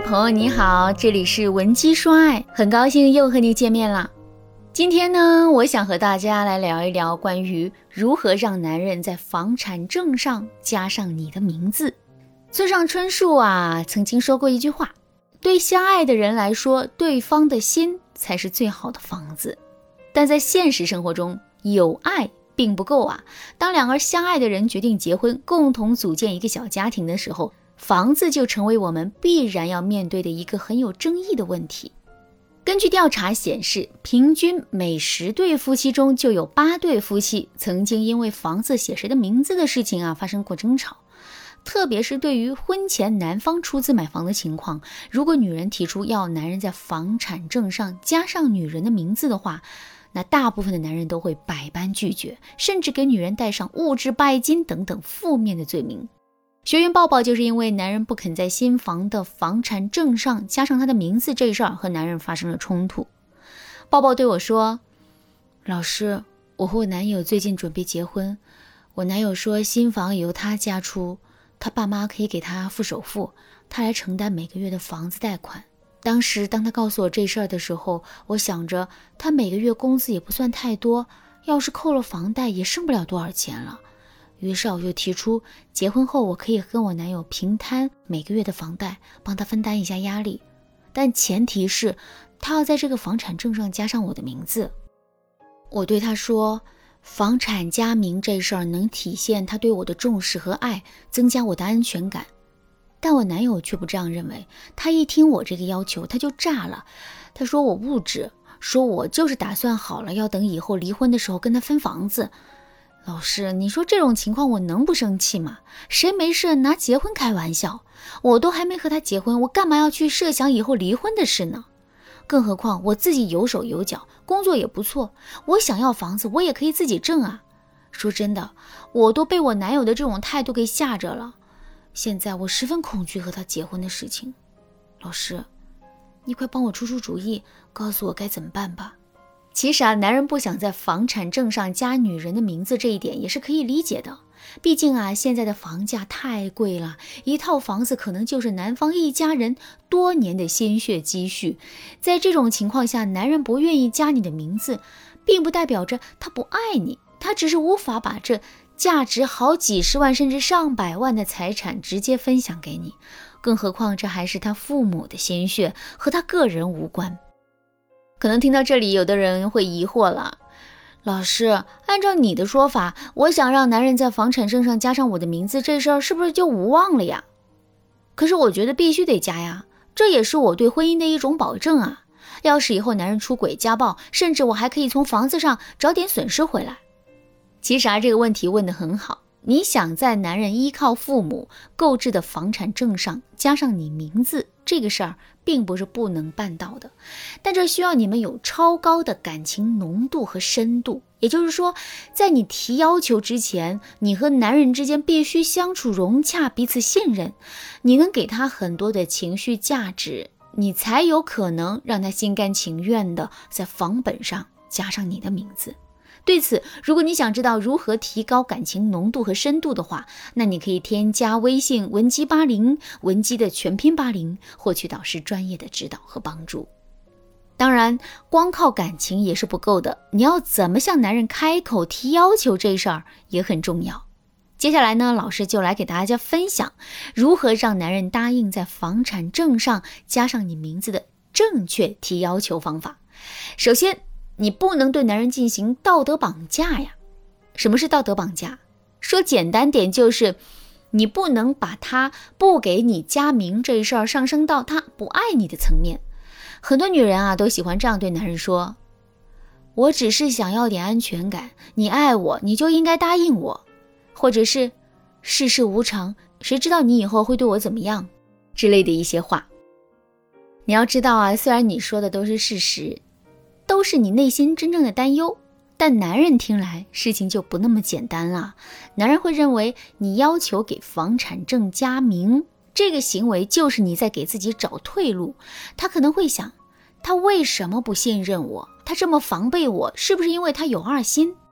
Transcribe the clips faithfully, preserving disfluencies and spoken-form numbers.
朋友你好，这里是文姬说爱，很高兴又和你见面了。今天呢，我想和大家来聊一聊关于如何让男人在房产证上加上你的名字。村上春树啊，曾经说过一句话，对相爱的人来说，对方的心才是最好的房子。但在现实生活中，有爱并不够啊。当两个相爱的人决定结婚，共同组建一个小家庭的时候，房子就成为我们必然要面对的一个很有争议的问题。根据调查显示，平均每十对夫妻中就有八对夫妻曾经因为房子写谁的名字的事情啊发生过争吵。特别是对于婚前男方出资买房的情况，如果女人提出要男人在房产证上加上女人的名字的话，那大部分的男人都会百般拒绝，甚至给女人带上物质拜金等等负面的罪名。学员抱抱就是因为男人不肯在新房的房产证上加上他的名字这事儿和男人发生了冲突。抱抱对我说，老师，我和我男友最近准备结婚，我男友说新房由他家出，他爸妈可以给他付首付，他来承担每个月的房子贷款。当时当他告诉我这事儿的时候，我想着他每个月工资也不算太多，要是扣了房贷也剩不了多少钱了。于是我就提出，结婚后我可以跟我男友平摊每个月的房贷，帮他分担一下压力，但前提是他要在这个房产证上加上我的名字。我对他说，房产加名这事儿能体现他对我的重视和爱，增加我的安全感。但我男友却不这样认为，他一听我这个要求他就炸了，他说我物质，说我就是打算好了要等以后离婚的时候跟他分房子。老师，你说这种情况我能不生气吗？谁没事拿结婚开玩笑？我都还没和他结婚，我干嘛要去设想以后离婚的事呢？更何况我自己有手有脚，工作也不错，我想要房子我也可以自己挣啊。说真的，我都被我男友的这种态度给吓着了，现在我十分恐惧和他结婚的事情。老师，你快帮我出出主意，告诉我该怎么办吧。其实啊，男人不想在房产证上加女人的名字这一点也是可以理解的。毕竟啊，现在的房价太贵了，一套房子可能就是男方一家人多年的鲜血积蓄。在这种情况下，男人不愿意加你的名字，并不代表着他不爱你，他只是无法把这价值好几十万甚至上百万的财产直接分享给你。更何况这还是他父母的鲜血，和他个人无关。可能听到这里，有的人会疑惑了，老师，按照你的说法，我想让男人在房产证上加上我的名字，这事儿是不是就无望了呀？可是我觉得必须得加呀，这也是我对婚姻的一种保证啊。要是以后男人出轨家暴，甚至我还可以从房子上找点损失回来。其实啊，这个问题问得很好，你想在男人依靠父母购置的房产证上加上你名字，这个事儿并不是不能办到的，但这需要你们有超高的感情浓度和深度。也就是说，在你提要求之前，你和男人之间必须相处融洽，彼此信任，你能给他很多的情绪价值，你才有可能让他心甘情愿的在房本上加上你的名字。对此，如果你想知道如何提高感情浓度和深度的话，那你可以添加微信文姬八零，文姬的全拼八零，获取导师专业的指导和帮助。当然，光靠感情也是不够的，你要怎么向男人开口提要求这事儿也很重要。接下来呢，老师就来给大家分享如何让男人答应在房产证上加上你名字的正确提要求方法。首先，你不能对男人进行道德绑架呀。什么是道德绑架？说简单点，就是你不能把他不给你加名这事儿上升到他不爱你的层面。很多女人啊都喜欢这样对男人说，我只是想要点安全感，你爱我你就应该答应我，或者是世事无常，谁知道你以后会对我怎么样之类的一些话。你要知道啊，虽然你说的都是事实，都是你内心真正的担忧，但男人听来事情就不那么简单了。男人会认为你要求给房产证加名，这个行为就是你在给自己找退路。他可能会想，他为什么不信任我？他这么防备我，是不是因为他有二心？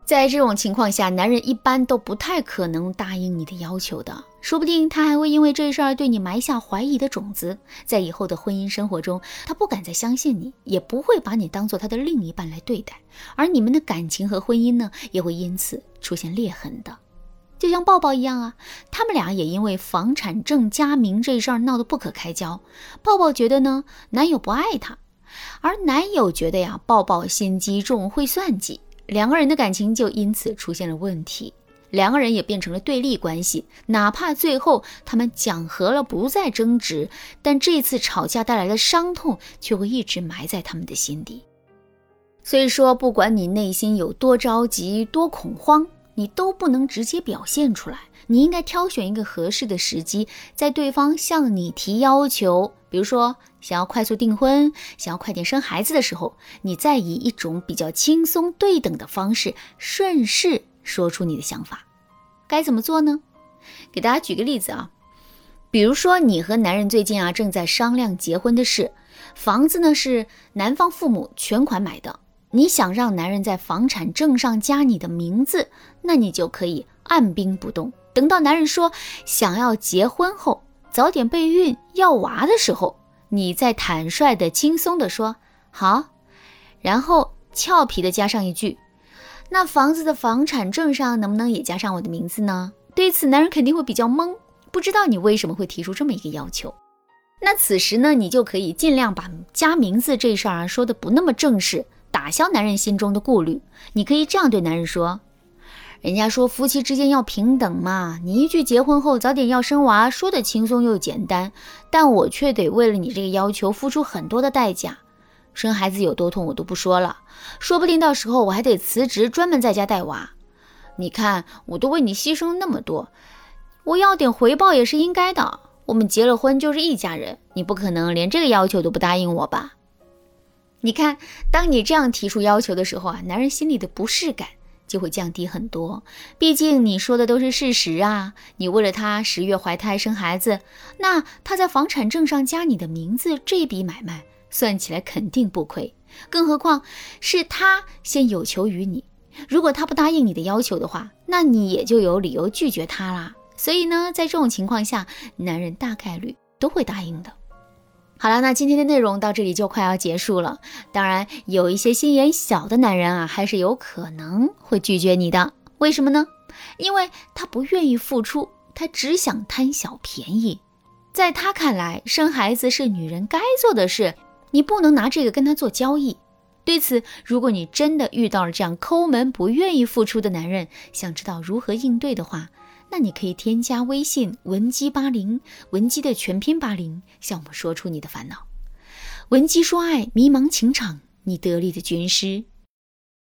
在这种情况下，男人一般都不太可能答应你的要求的，说不定他还会因为这事儿对你埋下怀疑的种子，在以后的婚姻生活中，他不敢再相信你，也不会把你当做他的另一半来对待，而你们的感情和婚姻呢，也会因此出现裂痕的。就像抱抱一样啊，他们俩也因为房产证加名这事儿闹得不可开交。抱抱觉得呢，男友不爱他，而男友觉得呀，抱抱心机重，会算计，两个人的感情就因此出现了问题，两个人也变成了对立关系。哪怕最后他们讲和了，不再争执，但这次吵架带来的伤痛却会一直埋在他们的心底。所以说，不管你内心有多着急，多恐慌，你都不能直接表现出来，你应该挑选一个合适的时机，在对方向你提要求，比如说想要快速订婚，想要快点生孩子的时候，你再以一种比较轻松对等的方式顺势说出你的想法。该怎么做呢？给大家举个例子啊，比如说你和男人最近啊正在商量结婚的事，房子呢是男方父母全款买的，你想让男人在房产证上加你的名字，那你就可以按兵不动，等到男人说想要结婚后，早点备孕要娃的时候，你再坦率的轻松的说好，然后俏皮的加上一句，那房子的房产证上能不能也加上我的名字呢？对此男人肯定会比较懵，不知道你为什么会提出这么一个要求。那此时呢，你就可以尽量把加名字这事儿啊说的不那么正式，打消男人心中的顾虑。你可以这样对男人说，人家说夫妻之间要平等嘛，你一句结婚后早点要生娃说的轻松又简单，但我却得为了你这个要求付出很多的代价。生孩子有多痛我都不说了，说不定到时候我还得辞职专门在家带娃。你看我都为你牺牲那么多，我要点回报也是应该的，我们结了婚就是一家人，你不可能连这个要求都不答应我吧？你看，当你这样提出要求的时候啊，男人心里的不适感就会降低很多。毕竟你说的都是事实啊，你为了他十月怀胎生孩子，那他在房产证上加你的名字，这笔买卖算起来肯定不亏。更何况是他先有求于你，如果他不答应你的要求的话，那你也就有理由拒绝他啦。所以呢，在这种情况下，男人大概率都会答应的。好了，那今天的内容到这里就快要结束了。当然，有一些心眼小的男人啊，还是有可能会拒绝你的。为什么呢？因为他不愿意付出，他只想贪小便宜。在他看来，生孩子是女人该做的事，你不能拿这个跟他做交易。对此，如果你真的遇到了这样抠门不愿意付出的男人，想知道如何应对的话，那你可以添加微信文姬八零，文姬的全拼八零，向我们说出你的烦恼。文姬说爱，迷茫情场，你得力的军师。